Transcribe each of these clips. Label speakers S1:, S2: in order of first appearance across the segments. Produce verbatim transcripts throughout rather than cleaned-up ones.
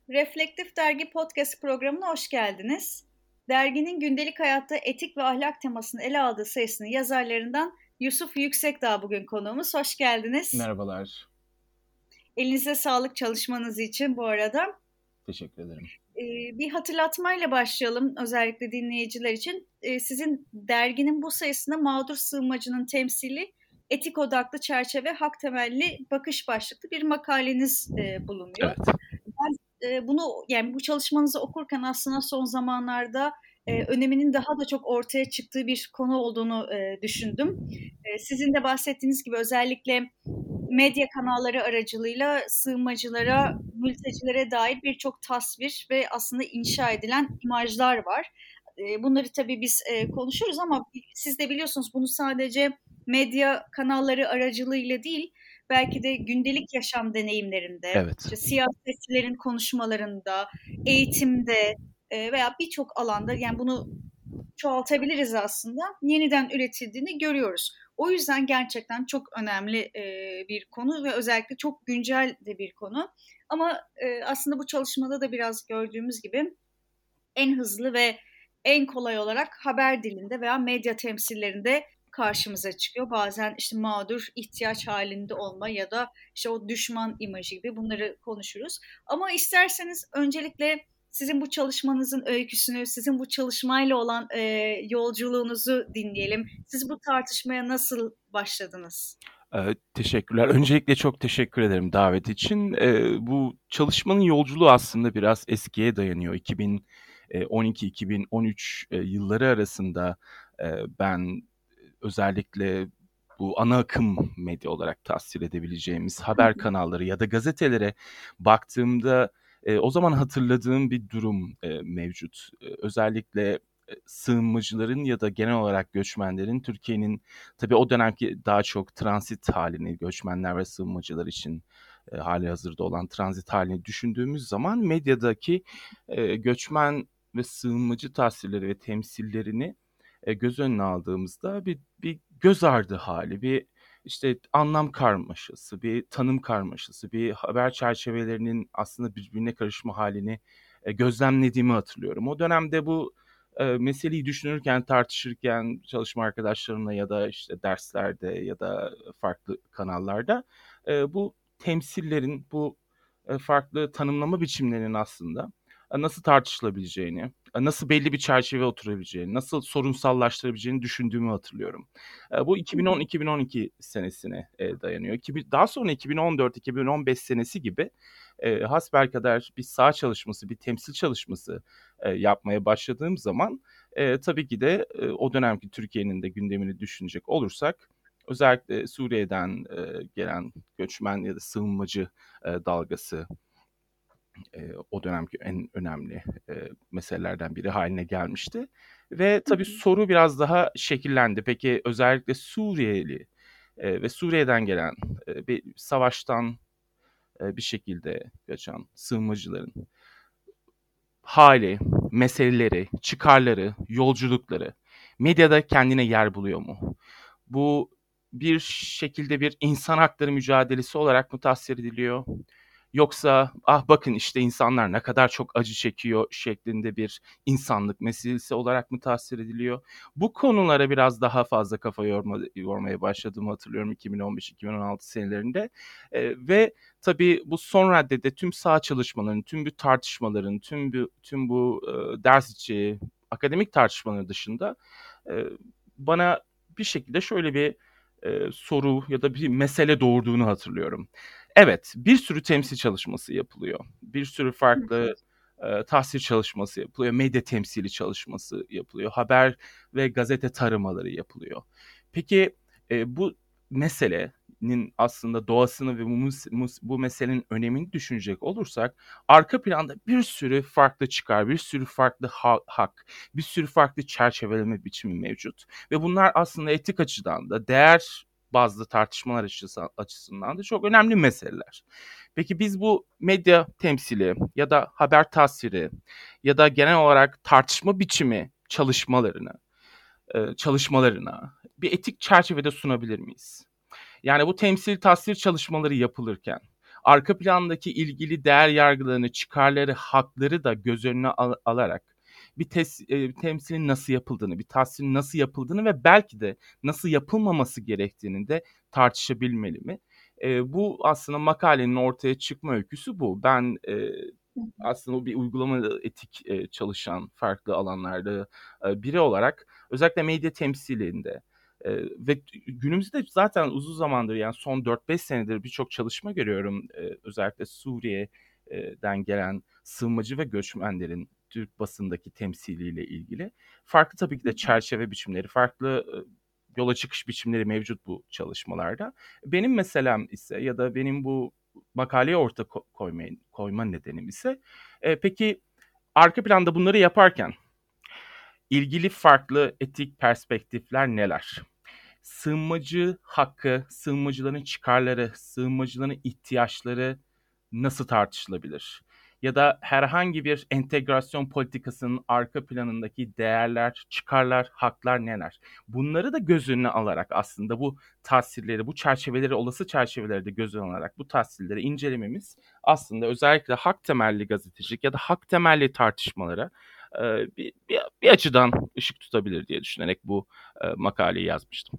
S1: Reflektif Dergi Podcast programına hoş geldiniz. Derginin gündelik hayatta etik ve ahlak temasını ele aldığı sayısının yazarlarından Yusuf Yüksekdağ bugün konuğumuz. Hoş geldiniz.
S2: Merhabalar.
S1: Elinize sağlık çalışmanız için bu arada.
S2: Teşekkür ederim.
S1: Ee, bir hatırlatmayla başlayalım özellikle dinleyiciler için. Ee, sizin derginin bu sayısında mağdur sığınmacının temsili, etik odaklı çerçeve, hak temelli bakış başlıklı bir makaleniz e, bulunuyor.
S2: Evet.
S1: Ben e, bunu yani bu çalışmanızı okurken aslında son zamanlarda e, öneminin daha da çok ortaya çıktığı bir konu olduğunu e, düşündüm. E, sizin de bahsettiğiniz gibi özellikle medya kanalları aracılığıyla sığınmacılara, mültecilere dair birçok tasvir ve aslında inşa edilen imajlar var. E, bunları tabii biz e, konuşuruz ama siz de biliyorsunuz bunu sadece medya kanalları aracılığıyla değil, belki de gündelik yaşam deneyimlerinde,
S2: Evet.
S1: işte siyasetçilerin konuşmalarında, eğitimde e, veya birçok alanda yani bunu çoğaltabiliriz aslında. Yeniden üretildiğini görüyoruz. O yüzden gerçekten çok önemli e, bir konu ve özellikle çok güncel de bir konu. Ama e, aslında bu çalışmada da biraz gördüğümüz gibi en hızlı ve en kolay olarak haber dilinde veya medya temsillerinde karşımıza çıkıyor. Bazen işte mağdur, ihtiyaç halinde olma ya da işte o düşman imajı gibi bunları konuşuruz. Ama isterseniz öncelikle sizin bu çalışmanızın öyküsünü, sizin bu çalışmayla olan e, yolculuğunuzu dinleyelim. Siz bu tartışmaya nasıl başladınız?
S2: Ee, teşekkürler. Öncelikle çok teşekkür ederim davet için. Ee, bu çalışmanın yolculuğu aslında biraz eskiye dayanıyor. iki bin on iki iki bin on üç e, yılları arasında e, ben özellikle bu ana akım medya olarak tasvir edebileceğimiz haber kanalları ya da gazetelere baktığımda e, o zaman hatırladığım bir durum e, mevcut. E, özellikle e, sığınmacıların ya da genel olarak göçmenlerin Türkiye'nin tabii o dönemki daha çok transit halini, göçmenler ve sığınmacılar için e, hali hazırda olan transit halini düşündüğümüz zaman medyadaki e, göçmen ve sığınmacı tasvirleri ve temsillerini e, göz önüne aldığımızda bir, bir göz ardı hali, bir işte anlam karmaşası, bir tanım karmaşası, bir haber çerçevelerinin aslında birbirine karışma halini e, gözlemlediğimi hatırlıyorum. O dönemde bu e, meseleyi düşünürken, tartışırken çalışma arkadaşlarımla ya da işte derslerde ya da farklı kanallarda e, bu temsillerin, bu e, farklı tanımlama biçimlerinin aslında e, nasıl tartışılabileceğini, e, nasıl belli bir çerçeve oturabileceğini, nasıl sorunsallaştırabileceğini düşündüğümü hatırlıyorum. E, Bu iki bin on iki bin on iki senesine e, dayanıyor. İki bin Daha sonra iki bin on dört iki bin on beş senesi gibi e, hasbelkader bir saha çalışması, bir temsil çalışması e, yapmaya başladığım zaman e, tabii ki de e, o dönemki Türkiye'nin de gündemini düşünecek olursak özellikle Suriye'den e, gelen göçmen ya da sığınmacı e, dalgası e, o dönemki en önemli e, meselelerden biri haline gelmişti. Ve tabii soru biraz daha şekillendi. Peki özellikle Suriyeli e, ve Suriye'den gelen e, bir savaştan e, bir şekilde kaçan sığınmacıların hali, meseleleri, çıkarları, yolculukları medyada kendine yer buluyor mu? Bu bir şekilde bir insan hakları mücadelesi olarak mı tasvir ediliyor? Yoksa ah bakın işte insanlar ne kadar çok acı çekiyor şeklinde bir insanlık meselesi olarak mı tasvir ediliyor? Bu konulara biraz daha fazla kafa yorma, yormaya başladığımı hatırlıyorum iki bin on beş iki bin on altı senelerinde. Ee, ve tabii bu son raddede tüm saha çalışmaların, tüm bu tartışmaların, tüm bu, tüm bu e, ders içi akademik tartışmaların dışında e, bana bir şekilde şöyle bir e, soru ya da bir mesele doğurduğunu hatırlıyorum. Evet, bir sürü temsil çalışması yapılıyor. Bir sürü farklı e, tahsil çalışması yapılıyor. Medya temsili çalışması yapılıyor. Haber ve gazete taramaları yapılıyor. Peki e, bu meselenin aslında doğasını ve bu, bu, bu meselenin önemini düşünecek olursak arka planda bir sürü farklı çıkar, bir sürü farklı ha- hak, bir sürü farklı çerçeveleme biçimi mevcut. Ve bunlar aslında etik açıdan da değer bazı tartışmalar açısından da çok önemli meseleler. Peki biz bu medya temsili ya da haber tasviri ya da genel olarak tartışma biçimi çalışmalarını e, çalışmalarına bir etik çerçevede sunabilir miyiz? Yani bu temsil tasvir çalışmaları yapılırken arka plandaki ilgili değer yargılarını, çıkarları, hakları da göz önüne al- alarak bir tes, e, temsilin nasıl yapıldığını, bir tahsilin nasıl yapıldığını ve belki de nasıl yapılmaması gerektiğini de tartışabilmeli mi? E, bu aslında makalenin ortaya çıkma öyküsü bu. Ben e, aslında bir uygulama etik e, çalışan farklı alanlarda e, biri olarak özellikle medya temsilinde e, ve günümüzde zaten uzun zamandır yani son dört beş senedir birçok çalışma görüyorum. E, özellikle Suriye'den gelen sığınmacı ve göçmenlerin Türk basındaki temsiliyle ilgili. Farklı tabii ki de çerçeve biçimleri, farklı e, yola çıkış biçimleri mevcut bu çalışmalarda. Benim meselem ise ya da benim bu makaleye ortak koyma, koyma nedenim ise e, peki arka planda bunları yaparken ilgili farklı etik perspektifler neler? Sığınmacı hakkı, sığınmacıların çıkarları, sığınmacıların ihtiyaçları nasıl tartışılabilir? Ya da herhangi bir entegrasyon politikasının arka planındaki değerler, çıkarlar, haklar neler? Bunları da göz önüne alarak aslında bu tahsilleri, bu çerçeveleri, olası çerçeveleri de göz önüne alarak bu tahsilleri incelememiz aslında özellikle hak temelli gazetecilik ya da hak temelli tartışmalara e, bir, bir, bir açıdan ışık tutabilir diye düşünerek bu e, makaleyi yazmıştım.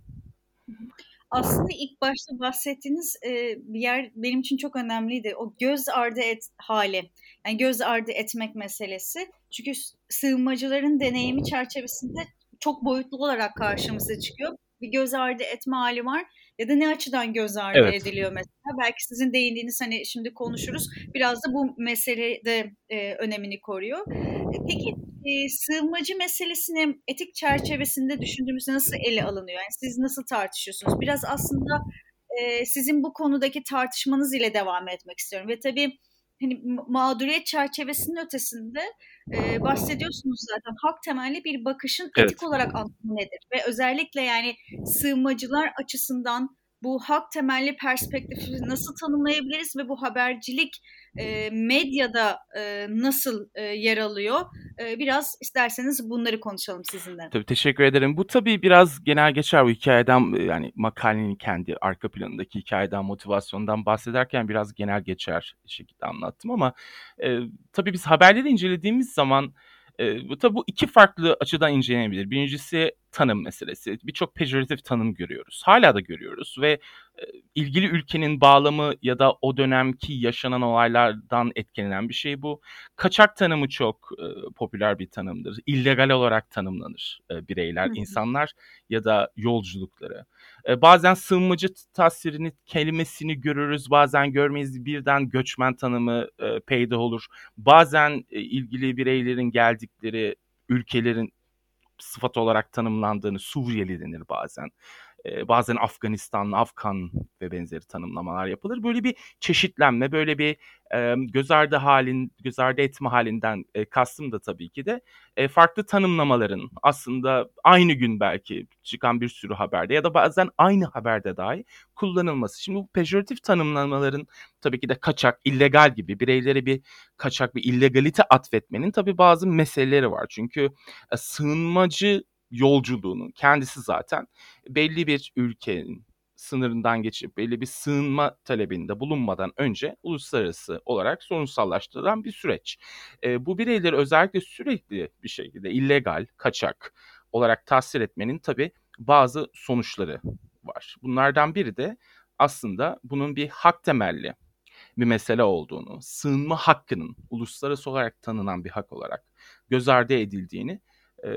S1: Aslında ilk başta bahsettiğiniz e, bir yer benim için çok önemliydi. O göz ardı et hali. Yani göz ardı etmek meselesi. Çünkü sığınmacıların deneyimi çerçevesinde çok boyutlu olarak karşımıza çıkıyor. Bir göz ardı etme hali var ya da ne açıdan göz ardı
S2: Evet.
S1: ediliyor mesela. Belki sizin değindiğiniz hani şimdi konuşuruz. Biraz da bu mesele de e, önemini koruyor. E, peki e, sığınmacı meselesini etik çerçevesinde düşündüğümüzde nasıl ele alınıyor? Yani siz nasıl tartışıyorsunuz? Biraz aslında e, sizin bu konudaki tartışmanız ile devam etmek istiyorum. Ve tabii hani mağduriyet çerçevesinin ötesinde e, bahsediyorsunuz zaten hak temelli bir bakışın etik
S2: Evet.
S1: olarak anlamı nedir? Ve özellikle yani sığınmacılar açısından bu hak temelli perspektifi nasıl tanımlayabiliriz ve bu habercilik e, medyada e, nasıl e, yer alıyor? E, biraz isterseniz bunları konuşalım sizinle.
S2: Tabii teşekkür ederim. Bu tabii biraz genel geçer bu hikayeden yani makalenin kendi arka planındaki hikayeden, motivasyondan bahsederken biraz genel geçer şekilde anlattım ama e, tabii biz haberleri incelediğimiz zaman e, bu tabii bu iki farklı açıdan incelenebilir. Birincisi tanım meselesi. Birçok pejoratif tanım görüyoruz. Hala da görüyoruz ve e, ilgili ülkenin bağlamı ya da o dönemki yaşanan olaylardan etkilenen bir şey bu. Kaçak tanımı çok e, popüler bir tanımdır. İllegal olarak tanımlanır e, bireyler,
S1: Hı hı.
S2: insanlar ya da yolculukları. E, bazen sığınmacı tasirini, kelimesini görürüz, bazen görmeyiz. Birden göçmen tanımı e, peydah olur. Bazen e, ilgili bireylerin geldikleri ülkelerin sıfat olarak tanımlandığını Suriyeli denir bazen. Ee, bazen Afganistanlı, Afgan ve benzeri tanımlamalar yapılır. Böyle bir çeşitlenme, böyle bir e, göz ardı halin, göz ardı etme halinden e, kastım da tabii ki de e, farklı tanımlamaların aslında aynı gün belki çıkan bir sürü haberde ya da bazen aynı haberde dahi kullanılması. Şimdi bu pejoratif tanımlamaların tabii ki de kaçak, illegal gibi bireylere bir kaçak, bir illegalite atfetmenin tabii bazı meseleleri var. Çünkü e, sığınmacı yolculuğunun kendisi zaten belli bir ülkenin sınırından geçip belli bir sığınma talebinde bulunmadan önce uluslararası olarak sorunsallaştırılan bir süreç. E, bu bireyleri özellikle sürekli bir şekilde illegal, kaçak olarak tasvir etmenin tabii bazı sonuçları var. Bunlardan biri de aslında bunun bir hak temelli bir mesele olduğunu, sığınma hakkının uluslararası olarak tanınan bir hak olarak göz ardı edildiğini, e,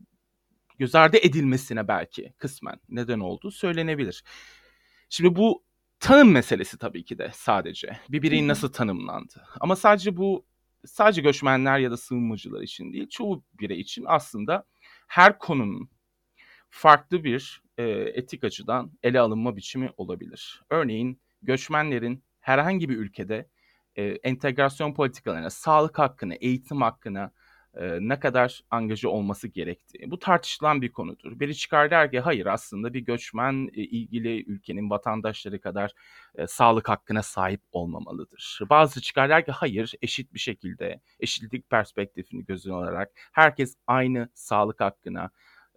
S2: göz ardı edilmesine belki kısmen neden olduğu söylenebilir. Şimdi bu tanım meselesi tabii ki de sadece bir
S1: Hı
S2: bireyin
S1: hı.
S2: nasıl tanımlandı. Ama sadece bu sadece göçmenler ya da sığınmacılar için değil, çoğu birey için aslında her konunun farklı bir e, etik açıdan ele alınma biçimi olabilir. Örneğin göçmenlerin herhangi bir ülkede e, entegrasyon politikalarına, sağlık hakkına, eğitim hakkına e, ne kadar angaje olması gerektiği. Bu tartışılan bir konudur. Biri çıkar der ki hayır aslında bir göçmen e, ilgili ülkenin vatandaşları kadar e, sağlık hakkına sahip olmamalıdır. Bazı çıkar der ki hayır eşit bir şekilde eşitlik perspektifini göz önüne alarak herkes aynı sağlık hakkına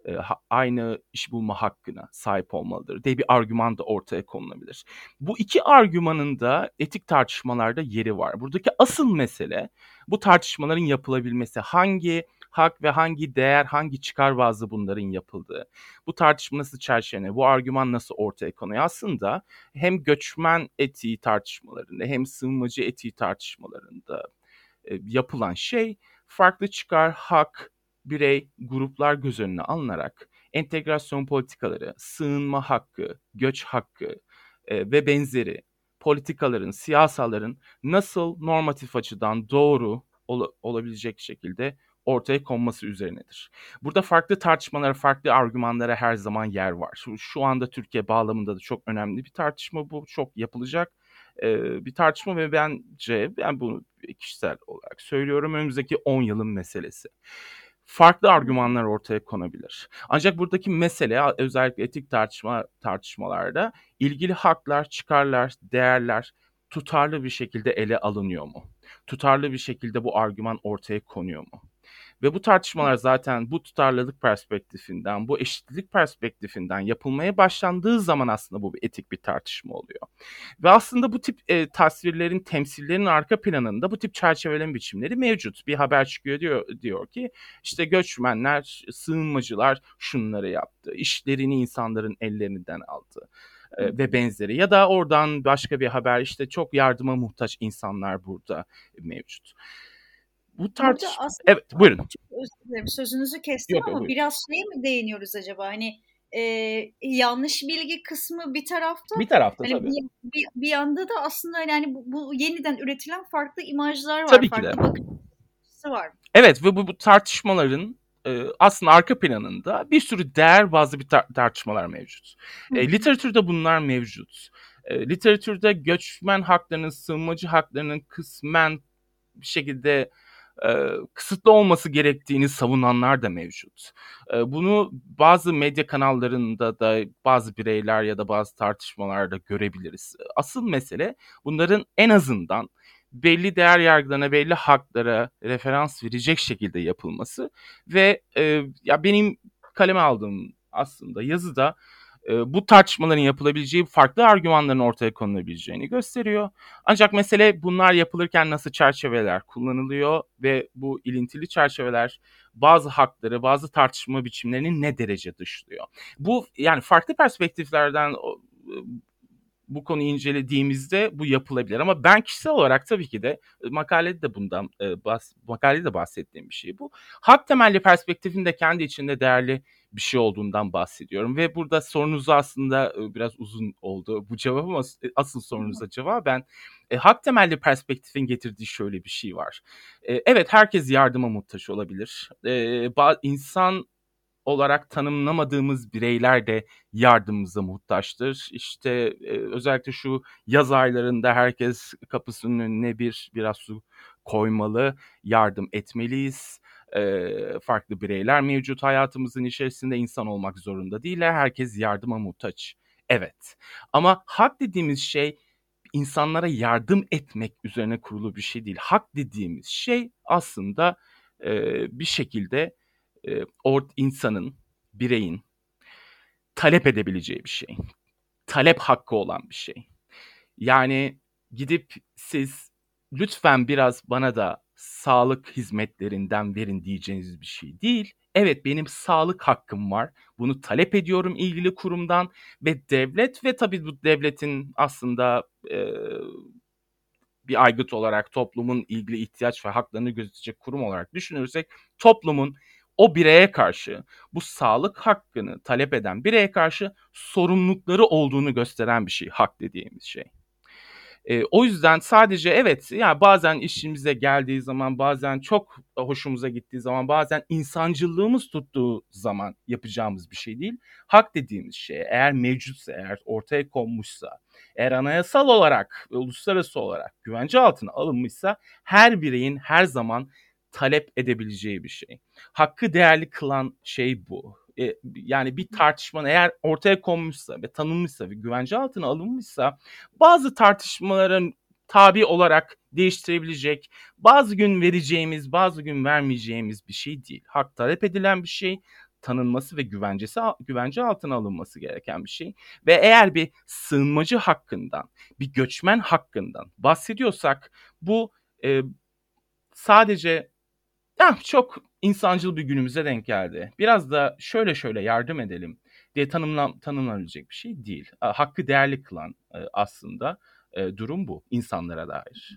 S2: e, aynı iş bulma hakkına sahip olmalıdır diye bir argüman da ortaya konulabilir. Bu iki argümanın da etik tartışmalarda yeri var. Buradaki asıl mesele bu tartışmaların yapılabilmesi. Hangi hak ve hangi değer, hangi çıkar bazlı bunların yapıldığı. Bu tartışma nasıl çerçevelenir, bu argüman nasıl ortaya konuyor? Aslında hem göçmen etiği tartışmalarında hem sığınmacı etiği tartışmalarında e, yapılan şey farklı çıkar, hak, birey, gruplar göz önüne alınarak entegrasyon politikaları, sığınma hakkı, göç hakkı e, ve benzeri politikaların, siyasaların nasıl normatif açıdan doğru ol- olabilecek şekilde ortaya konması üzerinedir. Burada farklı tartışmalara, farklı argümanlara her zaman yer var. Şu, şu anda Türkiye bağlamında da çok önemli bir tartışma bu. Çok yapılacak e, bir tartışma ve bence ben bunu kişisel olarak söylüyorum, önümüzdeki on yılın meselesi. Farklı argümanlar ortaya konabilir. Ancak buradaki mesele özellikle etik tartışma tartışmalarda ilgili haklar, çıkarlar, değerler tutarlı bir şekilde ele alınıyor mu? Tutarlı bir şekilde bu argüman ortaya konuyor mu? Ve bu tartışmalar zaten bu tutarlılık perspektifinden, bu eşitlik perspektifinden yapılmaya başlandığı zaman aslında bu bir etik bir tartışma oluyor. Ve aslında bu tip e, tasvirlerin, temsillerin arka planında bu tip çerçeveleme biçimleri mevcut. Bir haber çıkıyor diyor diyor ki işte göçmenler, sığınmacılar şunları yaptı, işlerini insanların ellerinden aldı e, ve benzeri. Ya da oradan başka bir haber işte çok yardıma muhtaç insanlar burada mevcut. Bu
S1: Burada
S2: tartış
S1: aslında
S2: Evet, buyurun.
S1: çok özür dilerim, sözünüzü kestim
S2: Yok yok
S1: ama
S2: buyurun.
S1: biraz şeye mi değiniyoruz acaba? Hani e, yanlış bilgi kısmı bir tarafta,
S2: Bir tarafta
S1: hani
S2: tabii.
S1: bir, bir, bir yanda da aslında yani bu, bu yeniden üretilen farklı imajlar var,
S2: Tabii ki de.
S1: farklı bakış açısı var.
S2: Evet ve bu, bu tartışmaların e, aslında arka planında bir sürü değer bazlı bir tar- tartışmalar mevcut.
S1: Hı
S2: E,
S1: hı.
S2: literatürde bunlar mevcut. E, literatürde göçmen haklarının, sığınmacı haklarının kısmen bir şekilde e, kısıtlı olması gerektiğini savunanlar da mevcut. E, bunu bazı medya kanallarında da bazı bireyler ya da bazı tartışmalarda görebiliriz. Asıl mesele bunların en azından belli değer yargılarına, belli haklara referans verecek şekilde yapılması ve e, ya benim kaleme aldığım aslında yazıda e, bu tartışmaların yapılabileceği, farklı argümanların ortaya konulabileceğini gösteriyor. Ancak mesele bunlar yapılırken nasıl çerçeveler kullanılıyor ve bu ilintili çerçeveler bazı hakları, bazı tartışma biçimlerini ne derece dışlıyor. Bu yani farklı perspektiflerden bu konuyu incelediğimizde bu yapılabilir. Ama ben kişisel olarak tabii ki de makalede de bundan e, bahs- makalede de bahsettiğim bir şey bu. Hak temelli perspektifin de kendi içinde değerli bir şey olduğundan bahsediyorum ve burada sorunuzu aslında e, biraz uzun oldu bu cevap ama asıl sorunuza cevaben e, hak temelli perspektifin getirdiği şöyle bir şey var. E, evet herkes yardıma muhtaç olabilir. E, ba- insan olarak tanımlamadığımız bireyler de yardımımıza muhtaçtır. İşte e, özellikle şu yaz aylarında herkes kapısının önüne bir biraz su koymalı, yardım etmeliyiz. E, farklı bireyler mevcut hayatımızın içerisinde, insan olmak zorunda değiller. Herkes yardıma muhtaç. Evet. Ama hak dediğimiz şey insanlara yardım etmek üzerine kurulu bir şey değil. Hak dediğimiz şey aslında e, bir şekilde e, or insanın, bireyin talep edebileceği bir şey. Talep hakkı olan bir şey. Yani gidip siz lütfen biraz bana da sağlık hizmetlerinden verin diyeceğiniz bir şey değil. Evet benim sağlık hakkım var. Bunu talep ediyorum ilgili kurumdan ve devlet ve tabii bu devletin aslında e, bir aygıt olarak toplumun ilgili ihtiyaç ve haklarını gözetecek kurum olarak düşünürsek toplumun o bireye karşı bu sağlık hakkını talep eden bireye karşı sorumlulukları olduğunu gösteren bir şey hak dediğimiz şey. E, o yüzden sadece evet yani bazen işimize geldiği zaman bazen çok hoşumuza gittiği zaman bazen insancılığımız tuttuğu zaman yapacağımız bir şey değil. Hak dediğimiz şey eğer mevcutsa eğer ortaya konmuşsa eğer anayasal olarak ve uluslararası olarak güvence altına alınmışsa her bireyin her zaman talep edebileceği bir şey. Hakkı değerli kılan şey bu. E, yani bir tartışmanın eğer ortaya konmuşsa ve tanınmışsa ve güvence altına alınmışsa bazı tartışmaların tabi olarak değiştirebilecek, bazı gün vereceğimiz, bazı gün vermeyeceğimiz bir şey değil. Hak talep edilen bir şey, tanınması ve güvencesi güvence altına alınması gereken bir şey. Ve eğer bir sığınmacı hakkından, bir göçmen hakkından bahsediyorsak bu e, sadece ah, çok insancıl bir günümüze denk geldi. Biraz da şöyle şöyle yardım edelim diye tanımlan, tanımlanabilecek bir şey değil. Hakkı değerli kılan aslında durum bu insanlara dair.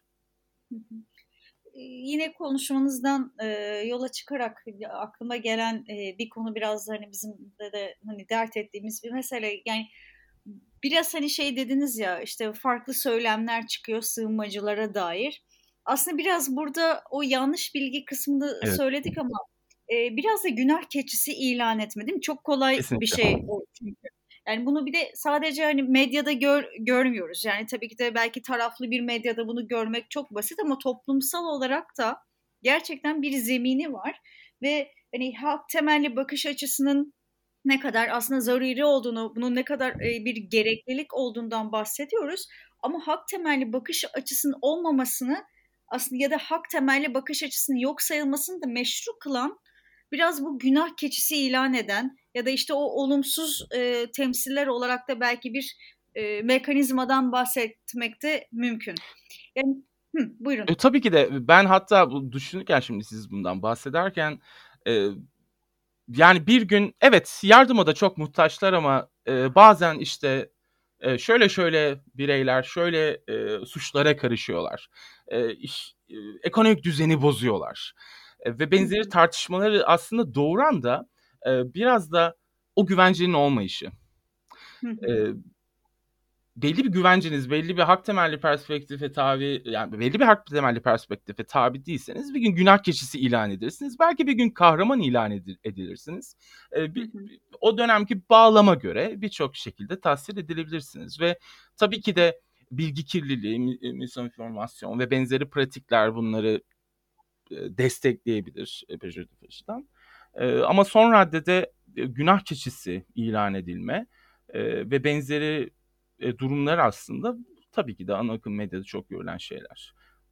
S1: Yine konuşmanızdan e, yola çıkarak aklıma gelen e, bir konu biraz da hani bizim de, de hani dert ettiğimiz bir mesele. Yani biraz hani şey dediniz ya, işte farklı söylemler çıkıyor sığınmacılara dair. Aslında biraz burada o yanlış bilgi kısmını
S2: Evet.
S1: söyledik ama e, biraz da günah keçisi ilan etme, değil mi? Çok kolay
S2: Kesinlikle.
S1: bir şey o çünkü. Yani bunu bir de sadece hani medyada gör, görmüyoruz. Yani tabii ki de belki taraflı bir medyada bunu görmek çok basit ama toplumsal olarak da gerçekten bir zemini var ve hani hak temelli bakış açısının ne kadar aslında zaruri olduğunu, bunun ne kadar e, bir gereklilik olduğundan bahsediyoruz. Ama hak temelli bakış açısının olmamasını aslında ya da hak temelli bakış açısının yok sayılmasını da meşru kılan biraz bu günah keçisi ilan eden ya da işte o olumsuz e, temsiller olarak da belki bir e, mekanizmadan bahsetmek de mümkün. Yani hı, buyurun.
S2: E, tabii ki de ben hatta bu düşünürken şimdi siz bundan bahsederken e, yani bir gün evet yardıma da çok muhtaçlar ama e, bazen işte e, şöyle şöyle bireyler şöyle e, suçlara karışıyorlar. E, iş, e, ekonomik düzeni bozuyorlar. E, ve benzeri tartışmaları aslında doğuran da e, biraz da o güvencenin olmayışı. E, belli bir güvenceniz, belli bir hak temelli perspektife tabi, yani belli bir hak temelli perspektife tabi değilseniz bir gün günah keçisi ilan edirsiniz. Belki bir gün kahraman ilan edilirsiniz. Ee, bir, o dönemki bağlama göre birçok şekilde tasvir edilebilirsiniz ve tabii ki de bilgi kirliliği, misinformasyon ve benzeri pratikler bunları destekleyebilir pejoratif açıdan. Ee, ama son raddede günah keçisi ilan edilme e, ve benzeri e, durumlar aslında tabii ki de ana akım medyada çok görülen şeyler.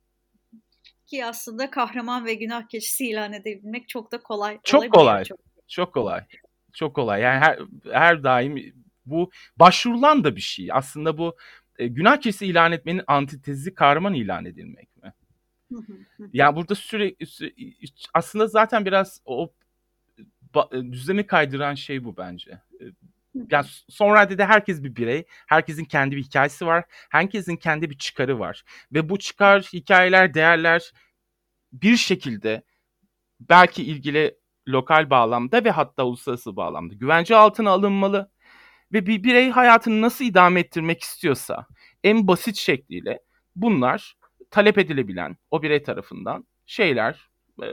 S1: Ki aslında kahraman ve günah keçisi ilan edebilmek çok da kolay
S2: çok
S1: olabiliyor.
S2: Kolay, çok, çok kolay. Çok kolay. Yani her, her daim bu başvurulan da bir şey. Aslında bu e, günah keçisi ilan etmenin antitezi kahraman ilan edilmek mi? Yani burada sürekli süre, aslında zaten biraz o düzlemi kaydıran şey bu bence. Yani son raddede herkes bir birey, herkesin kendi bir hikayesi var, herkesin kendi bir çıkarı var ve bu çıkar, hikayeler, değerler bir şekilde belki ilgili lokal bağlamda ve hatta uluslararası bağlamda güvence altına alınmalı ve bir birey hayatını nasıl idame ettirmek istiyorsa en basit şekliyle bunlar talep edilebilen o birey tarafından şeyler, e,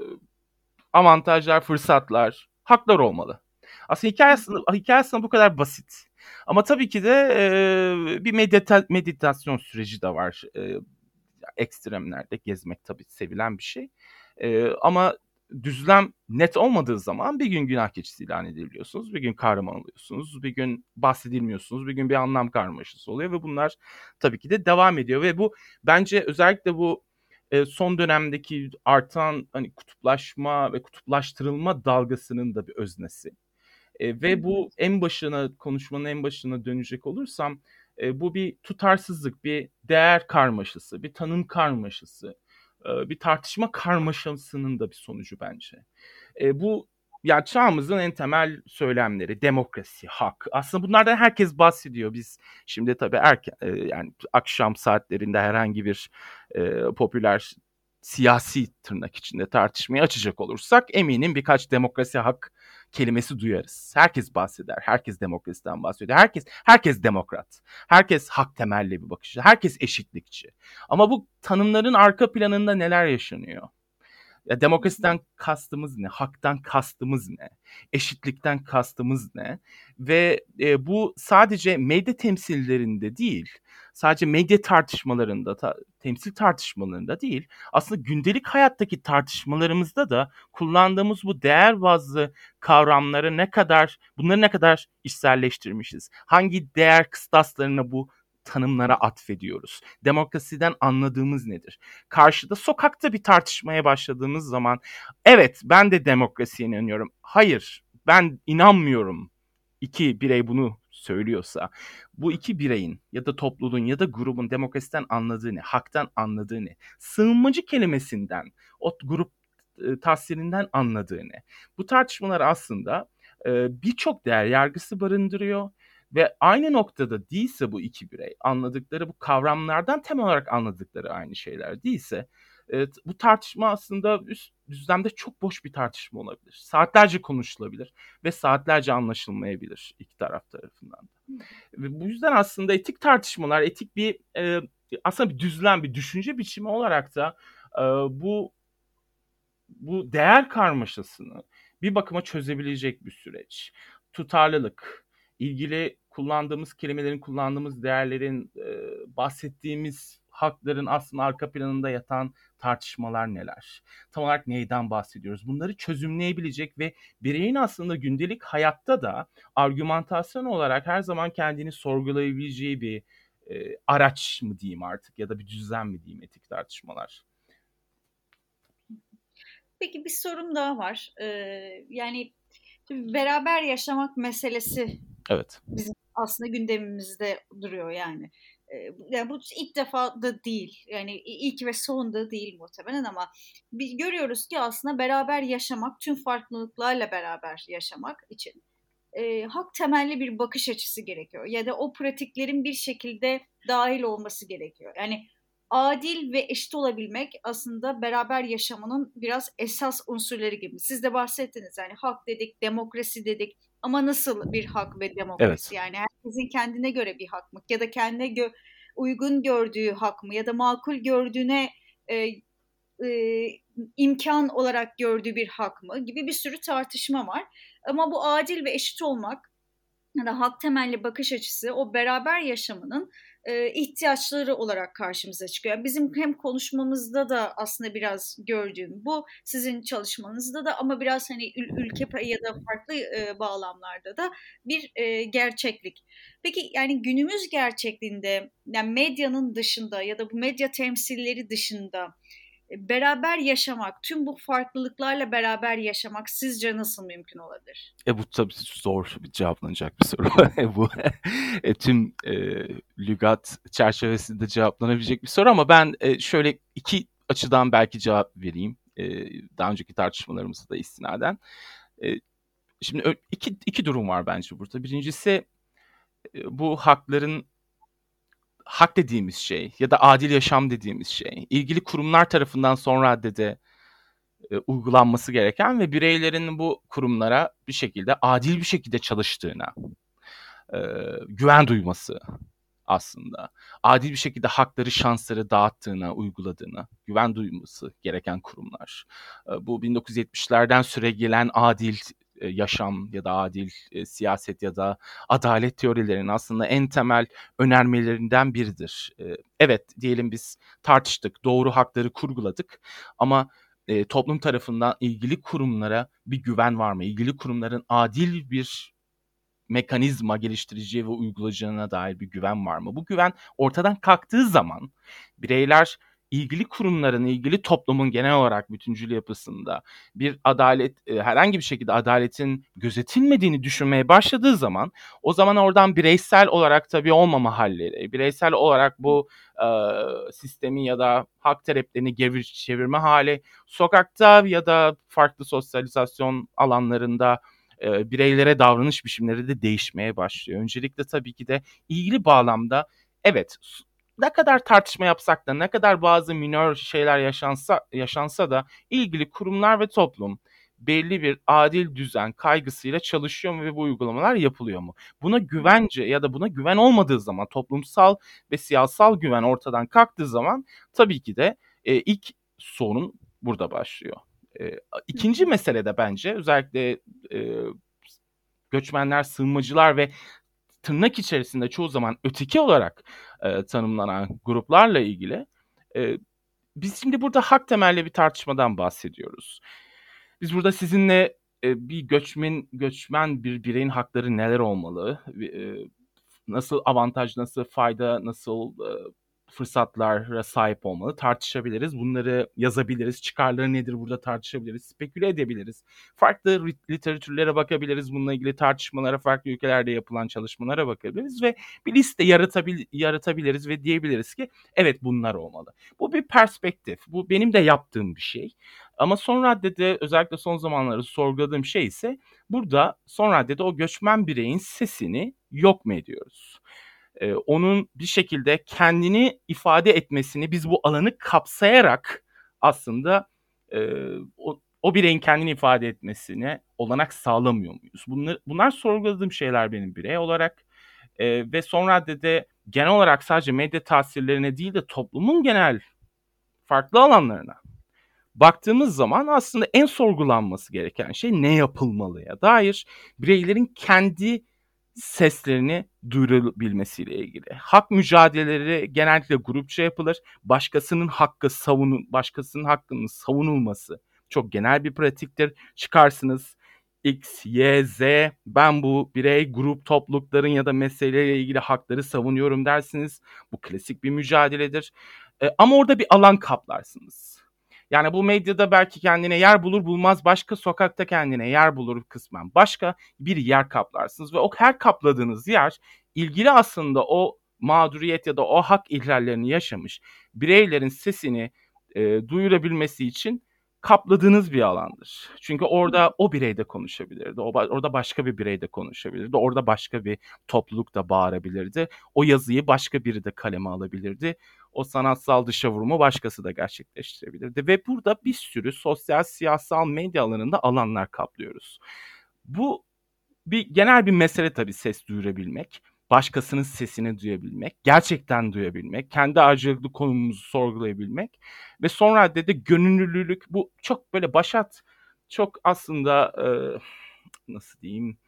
S2: avantajlar, fırsatlar, haklar olmalı. Aslında hikaye aslında, hikaye aslında bu kadar basit. Ama tabii ki de e, bir medita- meditasyon süreci de var. E, ekstremlerde gezmek tabii sevilen bir şey. E, ama düzlem net olmadığı zaman bir gün günah keçisi ilan edebiliyorsunuz. Bir gün kahraman oluyorsunuz. Bir gün bahsedilmiyorsunuz. Bir gün bir anlam karmaşası oluyor ve bunlar tabii ki de devam ediyor. Ve bu bence özellikle bu e, son dönemdeki artan hani kutuplaşma ve kutuplaştırılma dalgasının da bir öznesi. E, ve bu en başına, konuşmanın en başına dönecek olursam e, bu bir tutarsızlık, bir değer karmaşası, bir tanım karmaşası, e, bir tartışma karmaşasının da bir sonucu bence. E, bu ya çağımızın en temel söylemleri, demokrasi, hak. Aslında bunlardan herkes bahsediyor. Biz şimdi tabii erken e, yani akşam saatlerinde herhangi bir e, popüler siyasi tırnak içinde tartışmayı açacak olursak eminim birkaç demokrasi, hak kelimesi duyarız. Herkes bahseder. Herkes demokrasiden bahsediyor. Herkes herkes demokrat. Herkes hak temelli bir bakış. Herkes eşitlikçi. Ama bu tanımların arka planında neler yaşanıyor? Ya demokrasiden kastımız ne? Haktan kastımız ne? Eşitlikten kastımız ne? Ve e, bu sadece medya temsillerinde değil, sadece medya tartışmalarında, ta, temsil tartışmalarında değil, aslında gündelik hayattaki tartışmalarımızda da kullandığımız bu değer bazlı kavramları ne kadar, bunları ne kadar içselleştirmişiz? Hangi değer kıstaslarına bu tanımlara atfediyoruz? Demokrasiden anladığımız nedir? Karşıda sokakta bir tartışmaya başladığımız zaman evet ben de demokrasiye inanıyorum. Hayır ben inanmıyorum iki birey bunu söylüyorsa, bu iki bireyin ya da topluluğun ya da grubun demokrasiden anladığı ne, haktan anladığı ne, sığınmacı kelimesinden, o grup e, tasvirinden anladığı ne? Bu tartışmalar aslında e, birçok değer yargısı barındırıyor ve aynı noktada değilse bu iki birey anladıkları bu kavramlardan temel olarak anladıkları aynı şeyler değilse, evet, bu tartışma aslında üst düzlemde çok boş bir tartışma olabilir. Saatlerce konuşulabilir ve saatlerce anlaşılmayabilir iki taraf tarafından. Ve bu yüzden aslında etik tartışmalar, etik bir e, aslında bir düzlem, bir düşünce biçimi olarak da e, bu bu değer karmaşasını bir bakıma çözebilecek bir süreç. Tutarlılık, ilgili kullandığımız kelimelerin, kullandığımız değerlerin, e, bahsettiğimiz hakların aslında arka planında yatan tartışmalar neler? Tam olarak neyden bahsediyoruz? Bunları çözümleyebilecek ve bireyin aslında gündelik hayatta da argümantasyon olarak her zaman kendini sorgulayabileceği bir e, araç mı diyeyim artık, ya da bir düzen mi diyeyim etik tartışmalar?
S1: Peki bir sorum daha var. Ee, yani şimdi beraber yaşamak meselesi
S2: Evet.
S1: bizim aslında gündemimizde duruyor yani. Ee, yani bu ilk defa da değil. Yani ilk ve son da değil muhtemelen ama biz görüyoruz ki aslında beraber yaşamak, tüm farklılıklarla beraber yaşamak için e, hak temelli bir bakış açısı gerekiyor. Ya da o pratiklerin bir şekilde dahil olması gerekiyor. Yani adil ve eşit olabilmek aslında beraber yaşamanın biraz esas unsurları gibi. Siz de bahsettiniz, yani hak dedik, demokrasi dedik ama nasıl bir hak ve
S2: Evet.
S1: demokrasi? Yani herkesin kendine göre bir hak mı ya da kendine gö- uygun gördüğü hak mı ya da makul gördüğüne e, e, imkan olarak gördüğü bir hak mı gibi bir sürü tartışma var. Ama bu adil ve eşit olmak ya da hak temelli bakış açısı o beraber yaşamının e, ihtiyaçları olarak karşımıza çıkıyor. Bizim hem konuşmamızda da aslında biraz gördüğüm bu, sizin çalışmanızda da, ama biraz hani ül- ülke ya da farklı e, bağlamlarda da bir e, gerçeklik. Peki yani günümüz gerçekliğinde, yani medyanın dışında ya da bu medya temsilleri dışında e, beraber yaşamak, tüm bu farklılıklarla beraber yaşamak sizce nasıl mümkün olabilir?
S2: E bu tabii zor bir cevaplanacak bir soru. Bu e, tüm e, lügat çerçevesinde cevaplanabilecek bir soru ama ben e, şöyle iki açıdan belki cevap vereyim. E, daha önceki tartışmalarımızda da istinaden. E, şimdi iki, iki durum var bence burada. Birincisi e, bu hakların, hak dediğimiz şey ya da adil yaşam dediğimiz şey ilgili kurumlar tarafından son raddede e, uygulanması gereken ve bireylerin bu kurumlara bir şekilde adil bir şekilde çalıştığına e, güven duyması aslında. Adil bir şekilde hakları, şansları dağıttığına, uyguladığına güven duyması gereken kurumlar. E, bu bin dokuz yüz yetmişlerden süre gelen adil e, yaşam ya da adil e, siyaset ya da adalet teorilerinin aslında en temel önermelerinden biridir. E, evet, diyelim biz tartıştık, doğru hakları kurguladık ama e, toplum tarafından ilgili kurumlara bir güven var mı? İlgili kurumların adil bir mekanizma geliştireceği ve uygulayacağına dair bir güven var mı? Bu güven ortadan kalktığı zaman bireyler ilgili kurumların, ilgili toplumun genel olarak bütüncül yapısında bir adalet, e, herhangi bir şekilde adaletin gözetilmediğini düşünmeye başladığı zaman, o zaman oradan bireysel olarak tabii olmama halleri, bireysel olarak bu e, sistemi ya da hak taleplerini gevir, çevirme hali, sokakta ya da farklı sosyalizasyon alanlarında e, bireylere davranış biçimleri de değişmeye başlıyor. Öncelikle tabii ki de ilgili bağlamda evet, ne kadar tartışma yapsak da, ne kadar bazı minor şeyler yaşansa yaşansa da ilgili kurumlar ve toplum belli bir adil düzen kaygısıyla çalışıyor mu ve bu uygulamalar yapılıyor mu? Buna güvence ya da buna güven olmadığı zaman, toplumsal ve siyasal güven ortadan kalktığı zaman tabii ki de e, ilk sorun burada başlıyor. E, ikinci mesele de bence özellikle e, göçmenler, sığınmacılar ve tırnak içerisinde çoğu zaman öteki olarak e, tanımlanan gruplarla ilgili. E, biz şimdi burada hak temelli bir tartışmadan bahsediyoruz. Biz burada sizinle e, bir göçmen göçmen bir bireyin hakları neler olmalı, e, nasıl avantaj, nasıl fayda, nasıl e, fırsatlara sahip olmalı. Tartışabiliriz. Bunları yazabiliriz. Çıkarları nedir burada tartışabiliriz. Speküle edebiliriz. Farklı literatürlere bakabiliriz. Bununla ilgili tartışmalara, farklı ülkelerde yapılan çalışmalara bakabiliriz ve bir liste yaratabil yaratabiliriz ve diyebiliriz ki evet bunlar olmalı. Bu bir perspektif. Bu benim de yaptığım bir şey. Ama son raddede özellikle son zamanlarda sorguladığım şey ise burada son raddede o göçmen bireyin sesini yok mu ediyoruz? Ee, onun bir şekilde kendini ifade etmesini biz bu alanı kapsayarak aslında e, o, o bireyin kendini ifade etmesine olanak sağlamıyor muyuz? Bunlar, bunlar sorguladığım şeyler benim birey olarak e, ve son raddede genel olarak sadece medya tasirlerine değil de toplumun genel farklı alanlarına baktığımız zaman aslında en sorgulanması gereken şey ne yapılmalıya dair bireylerin kendi seslerini duyurabilmesiyle ilgili. Hak mücadeleleri genellikle grupça yapılır. Başkasının hakkı savunun, başkasının hakkının savunulması çok genel bir pratiktir. Çıkarsınız X, Y, Z, ben bu birey, grup, toplulukların ya da meseleyle ilgili hakları savunuyorum dersiniz. Bu klasik bir mücadeledir. E, ama orada bir alan kaplarsınız. Yani bu medyada belki kendine yer bulur bulmaz başka sokakta kendine yer bulur kısmen başka bir yer kaplarsınız ve o her kapladığınız yer ilgili aslında o mağduriyet ya da o hak ihlallerini yaşamış bireylerin sesini e, duyurabilmesi için kapladığınız bir alandır. Çünkü orada o birey de konuşabilirdi. O, orada başka bir birey de konuşabilirdi. Orada başka bir topluluk da bağırabilirdi. O yazıyı başka biri de kaleme alabilirdi. O sanatsal dışa vurumu başkası da gerçekleştirebilirdi. Ve burada bir sürü sosyal, siyasal medya alanında alanlar kaplıyoruz. Bu bir genel bir mesele tabii ses duyurabilmek. Başkasının sesini duyabilmek, gerçekten duyabilmek, kendi ayrıcalıklı konumumuzu sorgulayabilmek ve son raddede gönüllülük. Bu çok böyle başat, çok aslında e, nasıl diyeyim,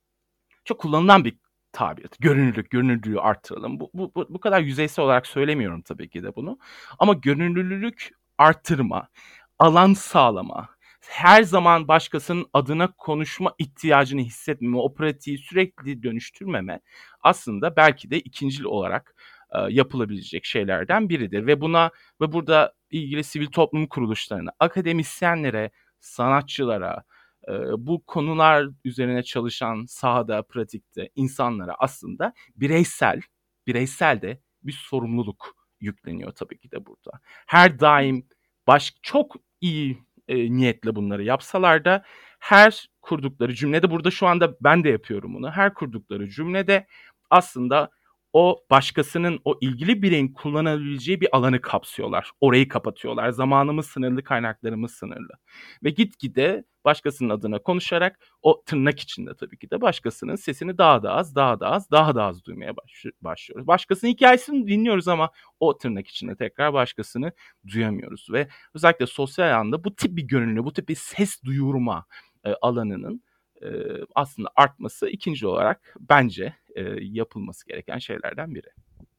S2: çok kullanılan bir tabir. Gönüllülük, gönüllülüğü arttıralım. Bu, bu, bu, bu kadar yüzeysel olarak söylemiyorum tabii ki de bunu. Ama gönüllülük arttırma, alan sağlama, her zaman başkasının adına konuşma ihtiyacını hissetmeme, o pratiği sürekli dönüştürmeme aslında belki de ikincil olarak e, yapılabilecek şeylerden biridir. Ve buna ve burada ilgili sivil toplum kuruluşlarına, akademisyenlere, sanatçılara, e, bu konular üzerine çalışan sahada, pratikte insanlara aslında bireysel, bireysel de bir sorumluluk yükleniyor tabii ki de burada. Her daim baş, çok iyi e, niyetle bunları yapsalar da her kurdukları cümlede, burada şu anda ben de yapıyorum bunu, her kurdukları cümlede aslında o başkasının, o ilgili bireyin kullanabileceği bir alanı kapsıyorlar. Orayı kapatıyorlar. Zamanımız sınırlı, kaynaklarımız sınırlı. Ve gitgide başkasının adına konuşarak o tırnak içinde tabii ki de başkasının sesini daha da az, daha da az, daha da az duymaya başlıyoruz. Başkasının hikayesini dinliyoruz ama o tırnak içinde tekrar başkasını duyamıyoruz. Ve özellikle sosyal alanda bu tip bir gönüllü, bu tip bir ses duyurma e, alanının e, aslında artması ikinci olarak bence e, yapılması gereken şeylerden biri.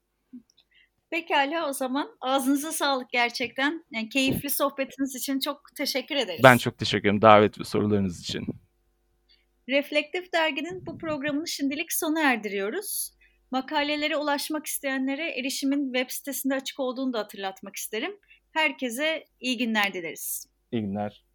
S1: Pekala, o zaman ağzınıza sağlık gerçekten. Yani keyifli sohbetiniz için çok teşekkür ederiz.
S2: Ben çok teşekkür ederim davet ve sorularınız için.
S1: Reflektif Dergi'nin bu programını şimdilik sona erdiriyoruz. Makalelere ulaşmak isteyenlere erişimin web sitesinde açık olduğunu da hatırlatmak isterim. Herkese iyi günler dileriz.
S2: İyi günler.